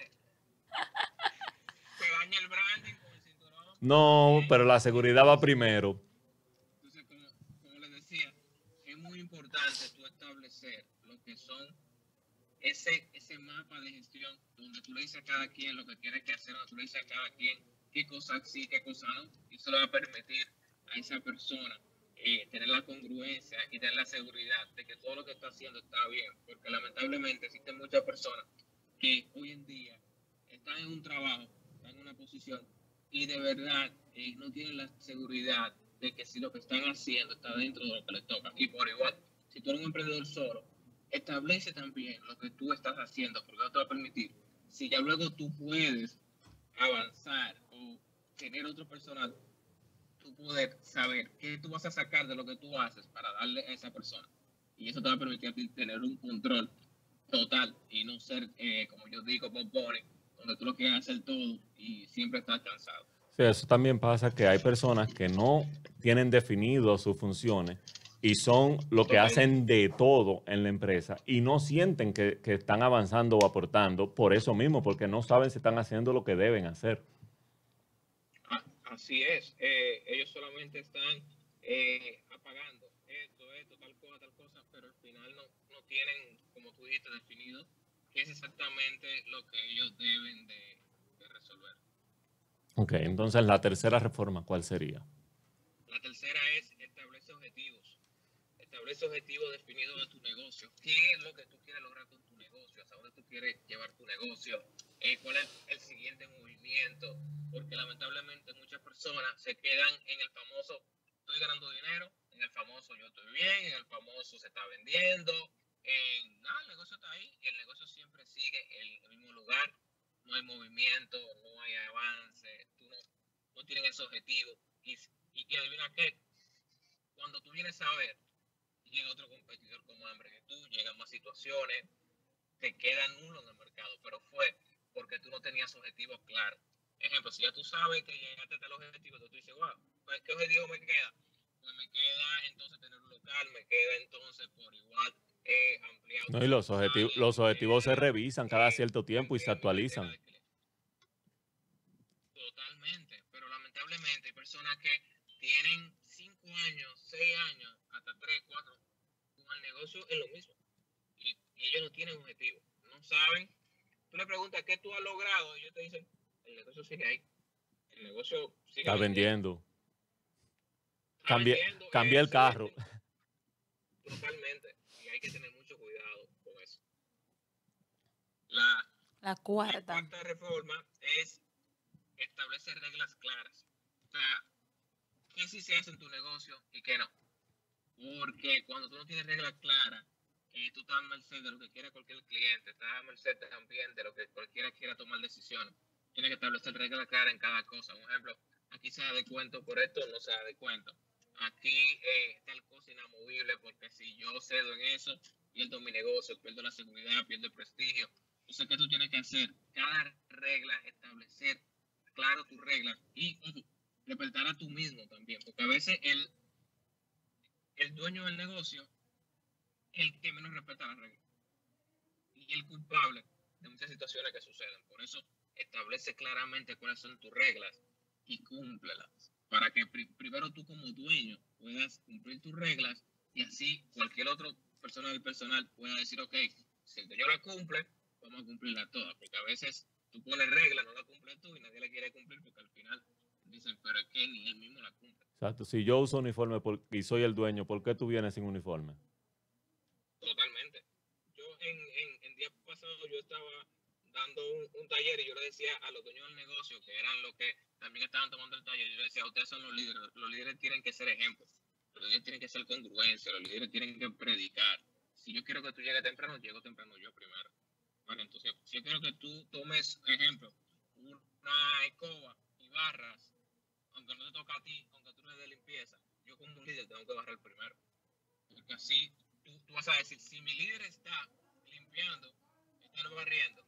se daña el branding con el cinturón. No, pero la seguridad va primero. Entonces, como les decía, es muy importante tú establecer lo que son ese mapa de gestión donde tú le dices a cada quien lo que tiene que hacer, donde tú le dices a cada quien qué cosa sí, qué cosa no, y eso le va a permitir a esa persona tener la congruencia y tener la seguridad de que todo lo que está haciendo está bien, porque lamentablemente existen muchas personas que hoy en día están en un trabajo, están en una posición y de verdad no tienen la seguridad de que si lo que están haciendo está dentro de lo que les toca. Y por igual, si tú eres un emprendedor solo, establece también lo que tú estás haciendo, porque no te va a permitir. Si ya luego tú puedes avanzar o tener otro personal, tú poder saber qué tú vas a sacar de lo que tú haces para darle a esa persona. Y eso te va a permitir a ti tener un control total y no ser, como yo digo, Bob Bunny, donde tú lo quieres hacer todo y siempre estás cansado. Sí, eso también pasa que hay personas que no tienen definido sus funciones y son lo que hacen de todo en la empresa y no sienten que están avanzando o aportando por eso mismo, porque no saben si están haciendo lo que deben hacer. Así es, ellos solamente están apagando esto, tal cosa, pero al final no tienen, como tú dijiste, definido qué es exactamente lo que ellos deben de resolver. Ok, entonces la tercera reforma, ¿cuál sería? La tercera es establece objetivos. Establece objetivos definidos de tu negocio. ¿Qué es lo que tú quieres lograr con tu negocio? ¿Hasta dónde tú quieres llevar tu negocio? ¿Cuál es el siguiente movimiento? Porque lamentablemente muchas personas se quedan en el famoso estoy ganando dinero, en el famoso yo estoy bien, en el famoso se está vendiendo, el negocio está ahí y el negocio siempre sigue en el mismo lugar. No hay movimiento, no hay avance, no tienen ese objetivo. Y adivina qué, cuando tú vienes a ver, llega otro competidor con hambre que tú, llegan más situaciones, te queda nulo en el mercado, pero fue porque tú no tenías objetivos claros. Ejemplo, si ya tú sabes que llegaste a los objetivos, tú dices, wow, pues, ¿qué objetivo me queda? Pues me queda entonces tener un local, me queda entonces por igual ampliar. No, y los objetivos se revisan cada cierto tiempo y se actualizan. Totalmente, pero lamentablemente hay personas que tienen 5 años, 6 años, hasta 3, 4, con el negocio es lo mismo. Y ellos no tienen objetivo, no saben. Tú le preguntas qué tú has logrado y ellos te dicen, el negocio sigue ahí. El negocio sigue Está vendiendo. Está Cambia el carro. Totalmente. Y hay que tener mucho cuidado con eso. La cuarta reforma es establecer reglas claras. O sea, qué sí se hace en tu negocio y qué no. Porque cuando tú no tienes reglas claras, tú estás a merced de lo que quiera cualquier cliente, estás a merced también de lo que cualquiera quiera tomar decisiones. Tienes que establecer reglas claras en cada cosa. Por ejemplo, aquí se da descuento por esto, no se da descuento. Aquí tal cosa inamovible, porque si yo cedo en eso, pierdo mi negocio, pierdo la seguridad, pierdo el prestigio. Entonces, ¿qué tú tienes que hacer? Cada regla, establecer claro tus reglas y respetar a tú mismo también, porque a veces el dueño del negocio es el que menos respeta las reglas y el culpable de muchas situaciones que suceden. Por eso establece claramente cuáles son tus reglas y cúmplelas, para que primero tú como dueño puedas cumplir tus reglas y así cualquier otro persona del personal pueda decir, ok, si el dueño la cumple, vamos a cumplirla todas, porque a veces tú pones reglas, no la cumples tú y nadie la quiere cumplir porque al final dicen, pero es que ni él mismo la cumple. Exacto. Si yo uso uniforme y soy el dueño, ¿por qué tú vienes sin uniforme? Totalmente. Yo en días pasados yo estaba dando un taller y yo le decía a los dueños del negocio, que eran los que también estaban tomando el taller, yo les decía, ustedes son los líderes tienen que ser ejemplos, los líderes tienen que ser congruencia, los líderes tienen que predicar. Si yo quiero que tú llegues temprano, llego temprano yo primero. Bueno, entonces, si yo quiero que tú tomes, ejemplo, una escoba y barras, aunque no te toca a ti, aunque tú no eres de limpieza, yo como un líder tengo que barrer primero. Porque así tú vas a decir, si mi líder está limpiando, está barriendo,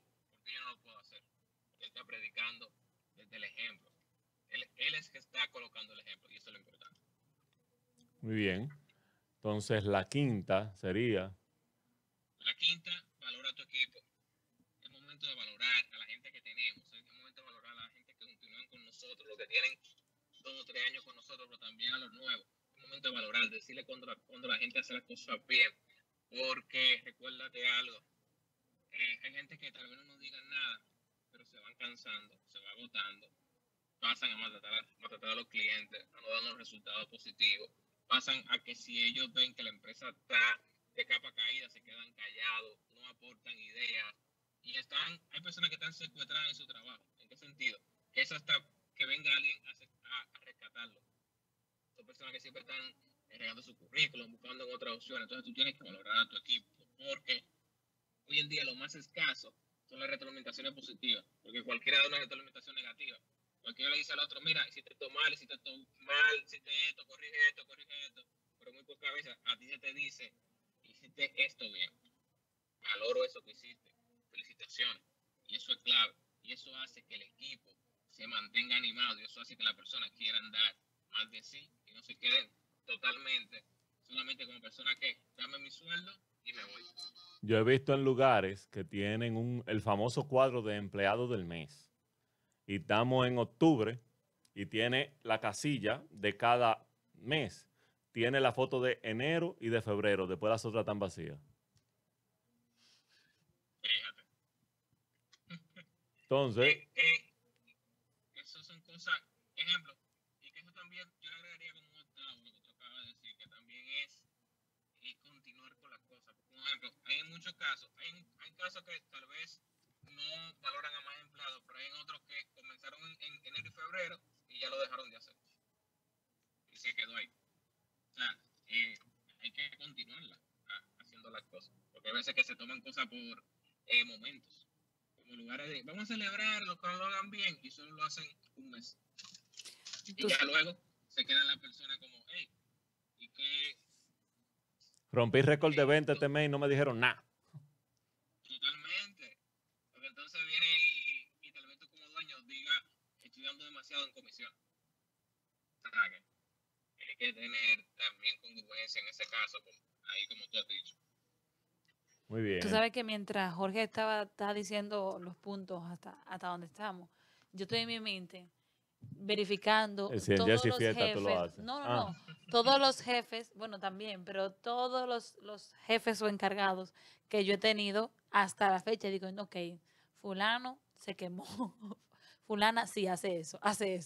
porque yo no lo puedo hacer. Él está predicando desde el ejemplo. Él es que está colocando el ejemplo y eso es lo importante. Muy bien. Entonces, la quinta sería... La quinta, valora tu equipo. Es momento de valorar a la gente que tenemos. Es momento de valorar a la gente que continúan con nosotros, los que tienen 2 o 3 años con nosotros, pero también a los nuevos. Es momento de valorar, decirle cuando la gente hace las cosas bien. Porque recuérdate algo. Hay gente que tal vez no nos digan nada, pero se van cansando, se va agotando. Pasan a maltratar a los clientes, a no darnos resultados positivos. Pasan a que si ellos ven que la empresa está de capa caída, se quedan callados, no aportan ideas. Y hay personas que están secuestradas en su trabajo. ¿En qué sentido? Que es hasta que venga alguien a rescatarlo. Son personas que siempre están regando su currículum, buscando en otras opciones. Entonces tú tienes que valorar a tu equipo, porque hoy en día lo más escaso son las retroalimentaciones positivas, porque cualquiera da una retroalimentación negativa. Cualquiera le dice al otro, mira, hiciste esto mal, hiciste esto, corrige esto, pero muy pocas veces a ti se te dice, hiciste esto bien, valoro eso que hiciste, felicitaciones, y eso es clave, y eso hace que el equipo se mantenga animado, y eso hace que las personas quieran dar más de sí, y no se queden totalmente, solamente como personas que dame mi sueldo y me voy. Yo he visto en lugares que tienen el famoso cuadro de empleado del mes. Y estamos en octubre y tiene la casilla de cada mes. Tiene la foto de enero y de febrero. Después las otras están vacías. Fíjate. Entonces, Eso son cosas, ejemplo, y que eso también yo le agregaría como un octavo, lo que tú acabas de decir, que también es continuar con las cosas. Por ejemplo, hay en muchos casos, hay casos que tal vez no valoran a más empleados, pero hay otros que comenzaron en enero y febrero y ya lo dejaron de hacer. Y se quedó ahí. O sea, hay que continuarla haciendo las cosas. Porque hay veces que se toman cosas por momentos. Como lugares de, vamos a celebrar lo que lo hagan bien y solo lo hacen un mes. Y ya luego se queda la persona como, hey, ¿y qué? rompí récord de venta este mes y no me dijeron nada. Totalmente. Porque entonces viene y tal vez tú como dueño digas, estoy dando demasiado en comisión. O sea, que hay que tener también congruencia en ese caso, ahí como tú has dicho. Muy bien. Tú sabes que mientras Jorge estaba diciendo los puntos hasta donde estamos, yo estoy en mi mente verificando Si en todos Jessy los Fiesta jefes. tú lo haces. No. Todos los jefes, bueno, también, pero todos los jefes o encargados que yo he tenido hasta la fecha, digo, ok, fulano se quemó, fulana sí hace eso.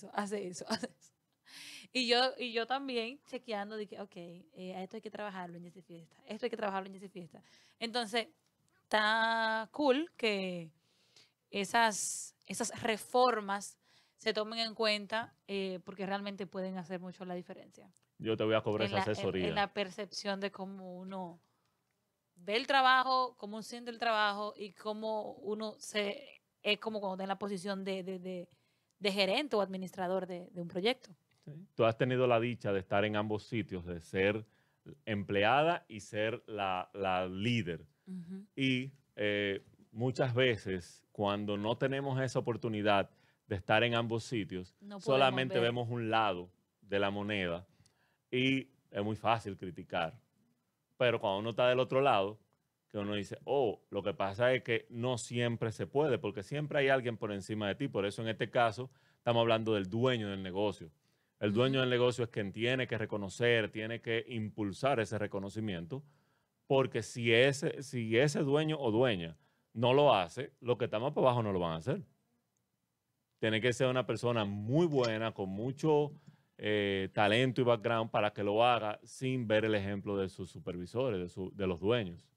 Y yo también chequeando, dije, ok, esto hay que trabajarlo en Jessy Fiesta, Entonces, está cool que esas reformas se tomen en cuenta porque realmente pueden hacer mucho la diferencia. Yo te voy a cobrar esa asesoría. En la percepción de cómo uno ve el trabajo, cómo uno siente el trabajo y cómo uno es como cuando está en la posición de gerente o administrador de un proyecto. Sí. Tú has tenido la dicha de estar en ambos sitios, de ser empleada y ser la líder. Uh-huh. Y muchas veces, cuando no tenemos esa oportunidad de estar en ambos sitios, No solamente vemos un lado de la moneda y es muy fácil criticar. Pero cuando uno está del otro lado, que uno dice, oh, lo que pasa es que no siempre se puede, porque siempre hay alguien por encima de ti. Por eso en este caso estamos hablando del dueño del negocio. El dueño del negocio es quien tiene que reconocer, tiene que impulsar ese reconocimiento, porque si ese dueño o dueña no lo hace, los que están más para abajo no lo van a hacer. Tiene que ser una persona muy buena, con mucho talento y background para que lo haga sin ver el ejemplo de sus supervisores, de los dueños.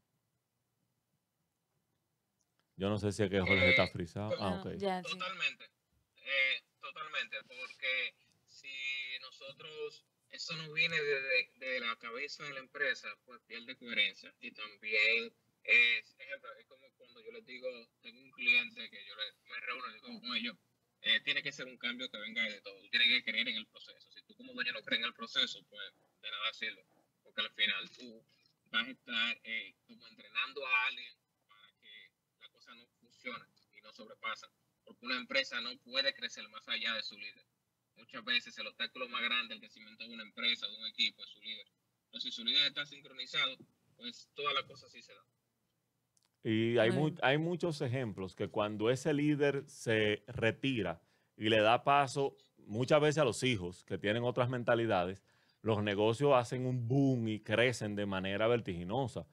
Yo no sé si es que Jorge está frisado. Okay. Totalmente. Totalmente, porque si nosotros, eso no viene de la cabeza de la empresa, pues pierde coherencia. Y también ejemplo, es como cuando yo les digo, tengo un cliente que yo me reúno y digo con ellos, tiene que ser un cambio que venga de todo. Tú tienes que creer en el proceso. Si tú como dueño no crees en el proceso, pues de nada sirve. Porque al final tú vas a estar como entrenando a alguien para que la cosa no funcione. sobrepasan, porque una empresa no puede crecer más allá de su líder. Muchas veces el obstáculo más grande al crecimiento de una empresa, de un equipo, es su líder. Pero si su líder está sincronizado, pues todas las cosas sí se dan. Y hay muchos ejemplos que cuando ese líder se retira y le da paso muchas veces a los hijos que tienen otras mentalidades, los negocios hacen un boom y crecen de manera vertiginosa.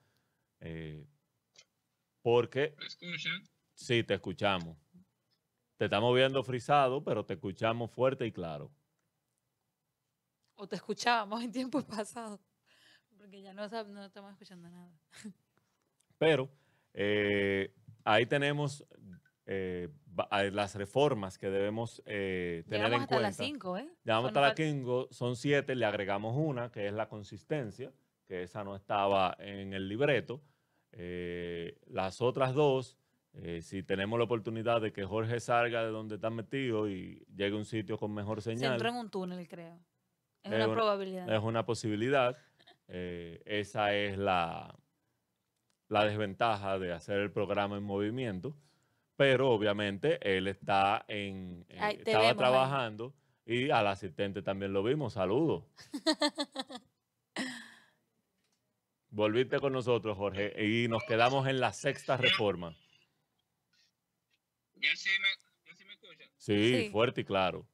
Porque ¿Me escuchan? sí, te escuchamos. Te estamos viendo frisado, pero te escuchamos fuerte y claro. O te escuchábamos en tiempos pasados. Porque ya no estamos escuchando nada. Pero ahí tenemos las reformas que debemos tener Llegamos en hasta cuenta. las 5, ¿eh? Llegamos hasta las 5, son 7, le agregamos una, que es la consistencia, que esa no estaba en el libreto. Las otras dos, si tenemos la oportunidad de que Jorge salga de donde está metido y llegue a un sitio con mejor Se señal. entró en un túnel, creo. Es una probabilidad. Es una posibilidad. Esa es la desventaja de hacer el programa en movimiento. Pero obviamente él estaba trabajando y al asistente también lo vimos. Saludos. Volviste con nosotros, Jorge, y nos quedamos en la sexta reforma. ¿Ya sí me escuchan? Sí, fuerte y claro.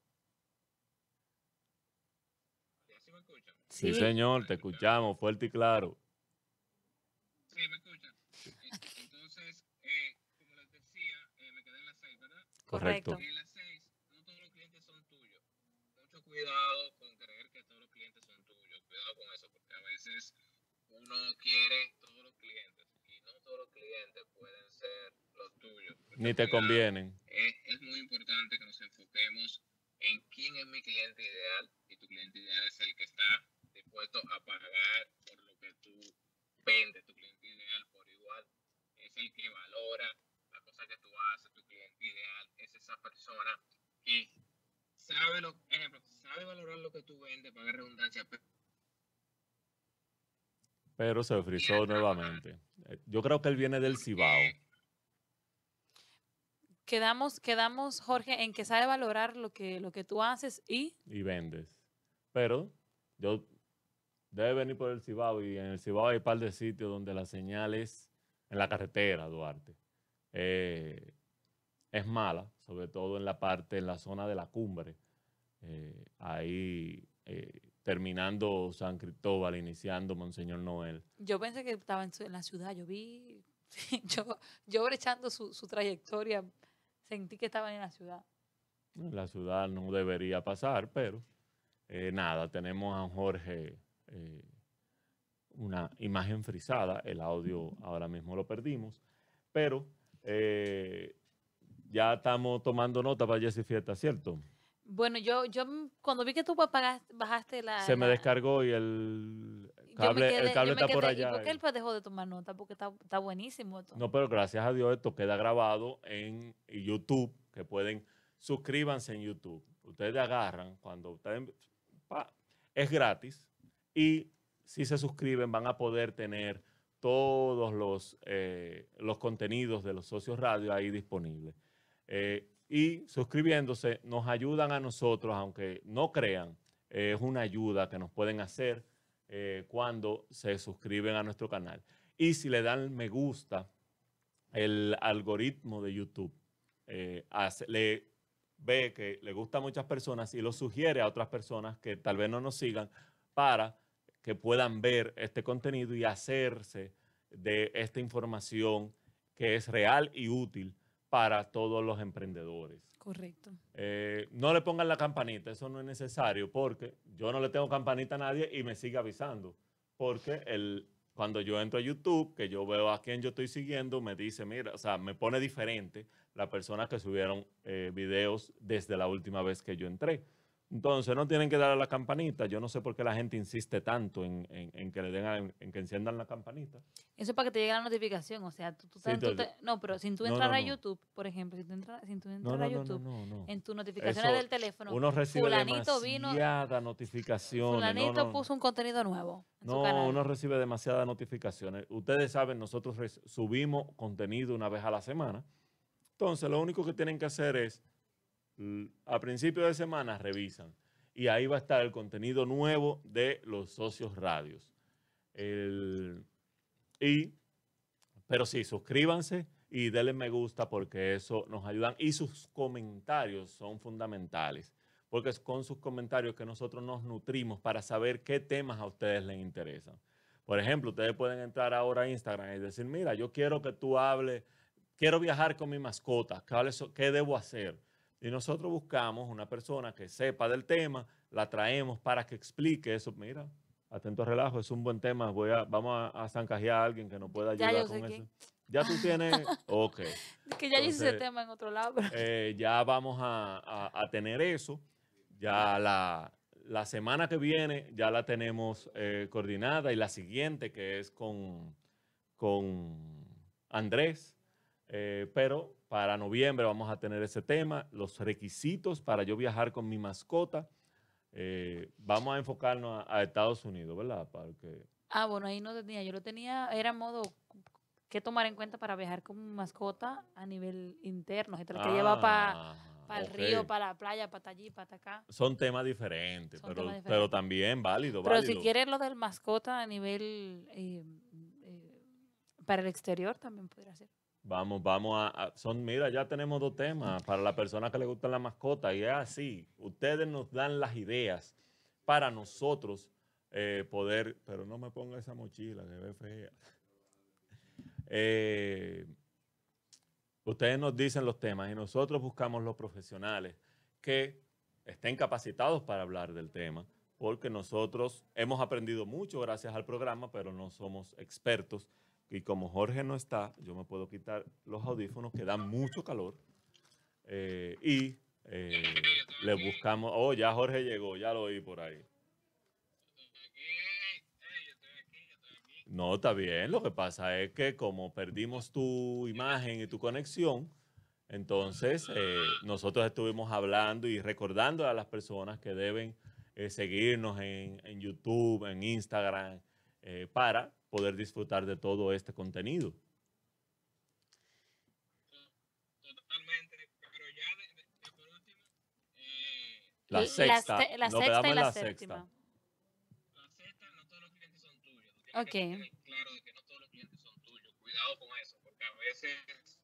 ¿Ya sí me escuchan? Sí, señor, te escuchamos fuerte y claro. Sí, me escuchan. Entonces, como les decía, me quedé en las 6, ¿verdad? Correcto. En las 6, no todos los clientes son tuyos. Mucho cuidado con creer que todos los clientes son tuyos. Cuidado con eso, porque a veces uno quiere todos los clientes y no todos los clientes pueden ser los tuyos. Ni te convienen. Es muy importante que nos enfoquemos en quién es mi cliente ideal, y tu cliente ideal es el que está dispuesto a pagar por lo que tú vendes. Tu cliente ideal por igual es el que valora la cosa que tú haces. Tu cliente ideal es esa persona que sabe valorar lo que tú vendes, para redundancia, pero se frizó nuevamente. Yo creo que él viene del Cibao. Quedamos, Jorge, en que sabe valorar lo que tú haces y vendes. Pero debe venir por el Cibao, y en el Cibao hay un par de sitios donde la señal es en la carretera, Duarte. Es mala, sobre todo en la zona de la cumbre. Ahí terminando San Cristóbal, iniciando Monseñor Noel. Yo pensé que estaba en la ciudad. Yo vi, yo brechando su trayectoria, sentí que estaba en la ciudad. En la ciudad no debería pasar, pero nada, tenemos a Jorge una imagen frisada. El audio ahora mismo lo perdimos, pero ya estamos tomando nota para Jessy Fiesta, ¿cierto? Bueno, yo cuando vi que tú bajaste Se me descargó y el cable está por allá. ¿Y por qué él dejó de tomar nota? Porque está buenísimo esto. No, pero gracias a Dios esto queda grabado en YouTube, que pueden, suscríbanse en YouTube. Ustedes agarran, cuando ustedes, es gratis, y si se suscriben van a poder tener todos los contenidos de los socios radio ahí disponibles. Y suscribiéndose nos ayudan a nosotros, aunque no crean, es una ayuda que nos pueden hacer cuando se suscriben a nuestro canal. Y si le dan me gusta, el algoritmo de YouTube le ve que le gusta a muchas personas y lo sugiere a otras personas que tal vez no nos sigan, para que puedan ver este contenido y hacerse de esta información que es real y útil para todos los emprendedores. Correcto. No le pongan la campanita, eso no es necesario, porque yo no le tengo campanita a nadie y me sigue avisando. Porque cuando yo entro a YouTube, que yo veo a quién yo estoy siguiendo, me dice, mira, o sea, me pone diferente las personas que subieron videos desde la última vez que yo entré. Entonces no tienen que darle a la campanita. Yo no sé por qué la gente insiste tanto en que le den en que enciendan la campanita. Eso es para que te llegue la notificación. O sea, no, pero si tú entras a YouTube, por ejemplo, si tú entras a YouTube, en tus notificaciones del teléfono, uno recibe fulanito demasiadas notificaciones. Fulanito puso un contenido nuevo en su canal. Uno recibe demasiadas notificaciones. Ustedes saben, nosotros subimos contenido una vez a la semana. Entonces, lo único que tienen que hacer es, a principio de semana, revisan. Y ahí va a estar el contenido nuevo de los socios radios. Pero sí, suscríbanse y denle me gusta porque eso nos ayuda. Y sus comentarios son fundamentales, porque es con sus comentarios que nosotros nos nutrimos para saber qué temas a ustedes les interesan. Por ejemplo, ustedes pueden entrar ahora a Instagram y decir, mira, yo quiero que tú hables, quiero viajar con mi mascota, ¿qué debo hacer? Y nosotros buscamos una persona que sepa del tema, la traemos para que explique eso. Mira, atento relajo, es un buen tema. Vamos a zancajear a alguien que nos pueda Ya ayudar yo sé con eso. quién. Ya tú tienes, ok. Que ya yo hice ese Entonces, tema en otro lado. Pero... ya vamos a tener eso. Ya la semana que viene ya la tenemos coordinada y la siguiente que es con Andrés. Pero para noviembre vamos a tener ese tema, los requisitos para yo viajar con mi mascota. Vamos a enfocarnos a Estados Unidos, ¿verdad? Porque bueno, ahí no tenía. Yo lo tenía, era modo que tomar en cuenta para viajar con mascota a nivel interno. Se te lo que lleva para el ok. río, para la playa, para allí, para acá. Son temas diferentes, Son pero, temas diferentes. pero también válido. Pero si quieres lo del mascota a nivel para el exterior, también podría ser. Vamos mira, ya tenemos 2 temas para la persona que le gustan las mascotas y es así. Ustedes nos dan las ideas para nosotros poder, pero no me ponga esa mochila que ve fea. Ustedes nos dicen los temas y nosotros buscamos los profesionales que estén capacitados para hablar del tema, porque nosotros hemos aprendido mucho gracias al programa, pero no somos expertos. Y como Jorge no está, yo me puedo quitar los audífonos que dan mucho calor. Le buscamos. Oh, ya Jorge llegó, ya lo oí por ahí. No, está bien. Lo que pasa es que como perdimos tu imagen y tu conexión, entonces nosotros estuvimos hablando y recordando a las personas que deben seguirnos en YouTube, en Instagram, para poder disfrutar de todo este contenido. Totalmente, pero ya por último, La sexta, la nos sexta quedamos y en la la séptima. sexta. la Z, no todos los clientes son tuyos. Tú tienes Ok. que tener claro de que no todos los clientes son tuyos. Cuidado con eso, porque a veces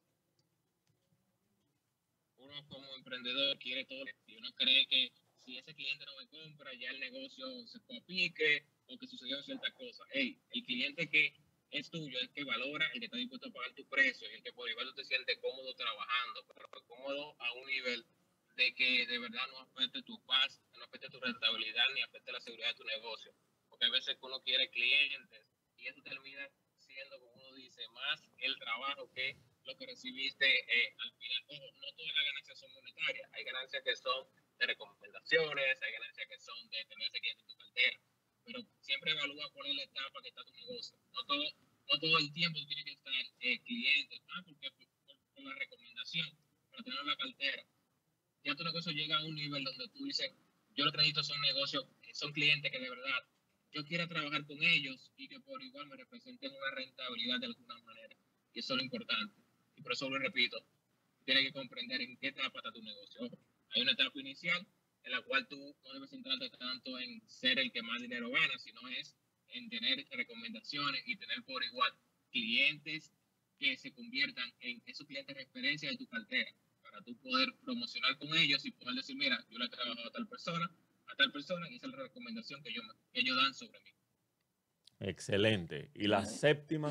uno como emprendedor quiere todo y uno cree que si ese cliente no me compra, ya el negocio se fue a pique o que sucedió cierta cosa. Hey, el cliente que es tuyo, el que valora, el que está dispuesto a pagar tu precio, el que por igual tú te sientes cómodo trabajando, pero cómodo a un nivel de que de verdad no afecte tu paz, no afecte tu rentabilidad, ni afecte la seguridad de tu negocio. Porque a veces uno quiere clientes y eso termina siendo, como uno dice, más el trabajo que lo que recibiste al final. Ojo, no todas las ganancias son monetarias. Hay ganancias que son de recomendaciones, hay ganancias que son de tener ese cliente en tu cartera. Pero siempre evalúa cuál es la etapa que está tu negocio. No todo el tiempo tú tienes que estar clientes, porque por la recomendación, para tener la cartera. Ya tu negocio llega a un nivel donde tú dices, yo lo que necesito son negocios, son clientes que de verdad yo quiera trabajar con ellos y que por igual me representen una rentabilidad de alguna manera. Y eso es lo importante. Y por eso lo repito, tienes que comprender en qué etapa está tu negocio. Ojo, hay una etapa inicial en la cual tú no debes centrarte tanto en ser el que más dinero gana, sino es en tener recomendaciones y tener por igual clientes que se conviertan en esos clientes de referencia de tu cartera, para tú poder promocionar con ellos y poder decir, mira, yo le he trabajado a tal persona, y esa es la recomendación que ellos dan sobre mí. Excelente. ¿Y la séptima?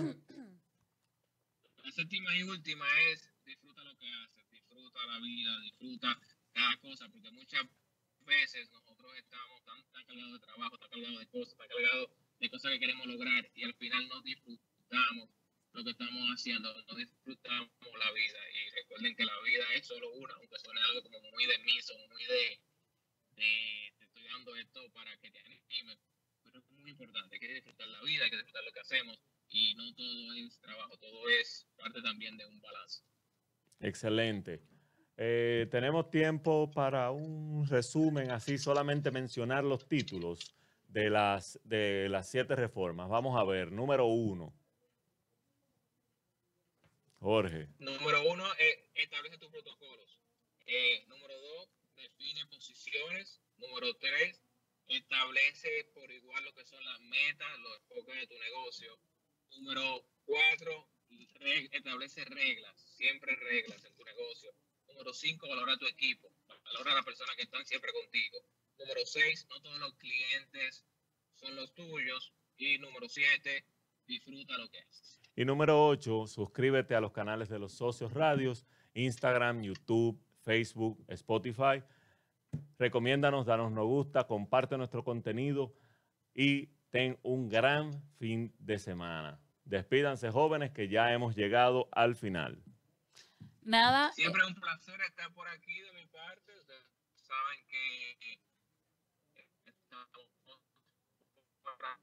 La séptima y última es disfruta lo que haces, disfruta la vida, disfruta cada cosa, porque muchas veces nosotros estamos tan cargados de trabajo, tan cargados de cosas, tan cargados de cosas que queremos lograr y al final no disfrutamos lo que estamos haciendo, no disfrutamos la vida. Y recuerden que la vida es solo una, aunque suene algo como muy de miso, muy de te estoy dando esto para que te animes, pero es muy importante, hay que disfrutar la vida, hay que disfrutar lo que hacemos y no todo es trabajo, todo es parte también de un balance. Excelente. Tenemos tiempo para un resumen, así solamente mencionar los títulos de las 7 reformas. Vamos a ver, número 1. Jorge. Número 1, establece tus protocolos. Número 2, define posiciones. Número 3, establece por igual lo que son las metas, los enfoques de tu negocio. Número 4, establece reglas, siempre reglas en tu negocio. Número 5, valora a tu equipo, valora a las personas que están siempre contigo. Número 6, no todos los clientes son los tuyos. Y número 7, disfruta lo que haces. Y número 8, suscríbete a los canales de los socios radios, Instagram, YouTube, Facebook, Spotify. Recomiéndanos, danos nos gusta, comparte nuestro contenido y ten un gran fin de semana. Despídanse, jóvenes, que ya hemos llegado al final. Nada. Siempre es un placer estar por aquí de mi parte. Ustedes saben que estamos para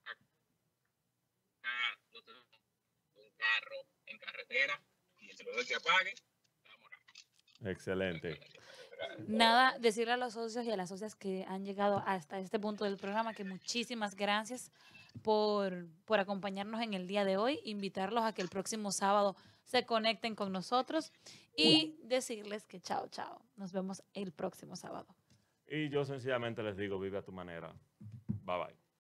un carro en carretera y el celular se apague. Excelente. Nada, decirle a los socios y a las socias que han llegado hasta este punto del programa que muchísimas gracias por acompañarnos en el día de hoy, invitarlos a que el próximo sábado se conecten con nosotros y decirles que chao, chao. Nos vemos el próximo sábado. Y yo sencillamente les digo, vive a tu manera. Bye, bye.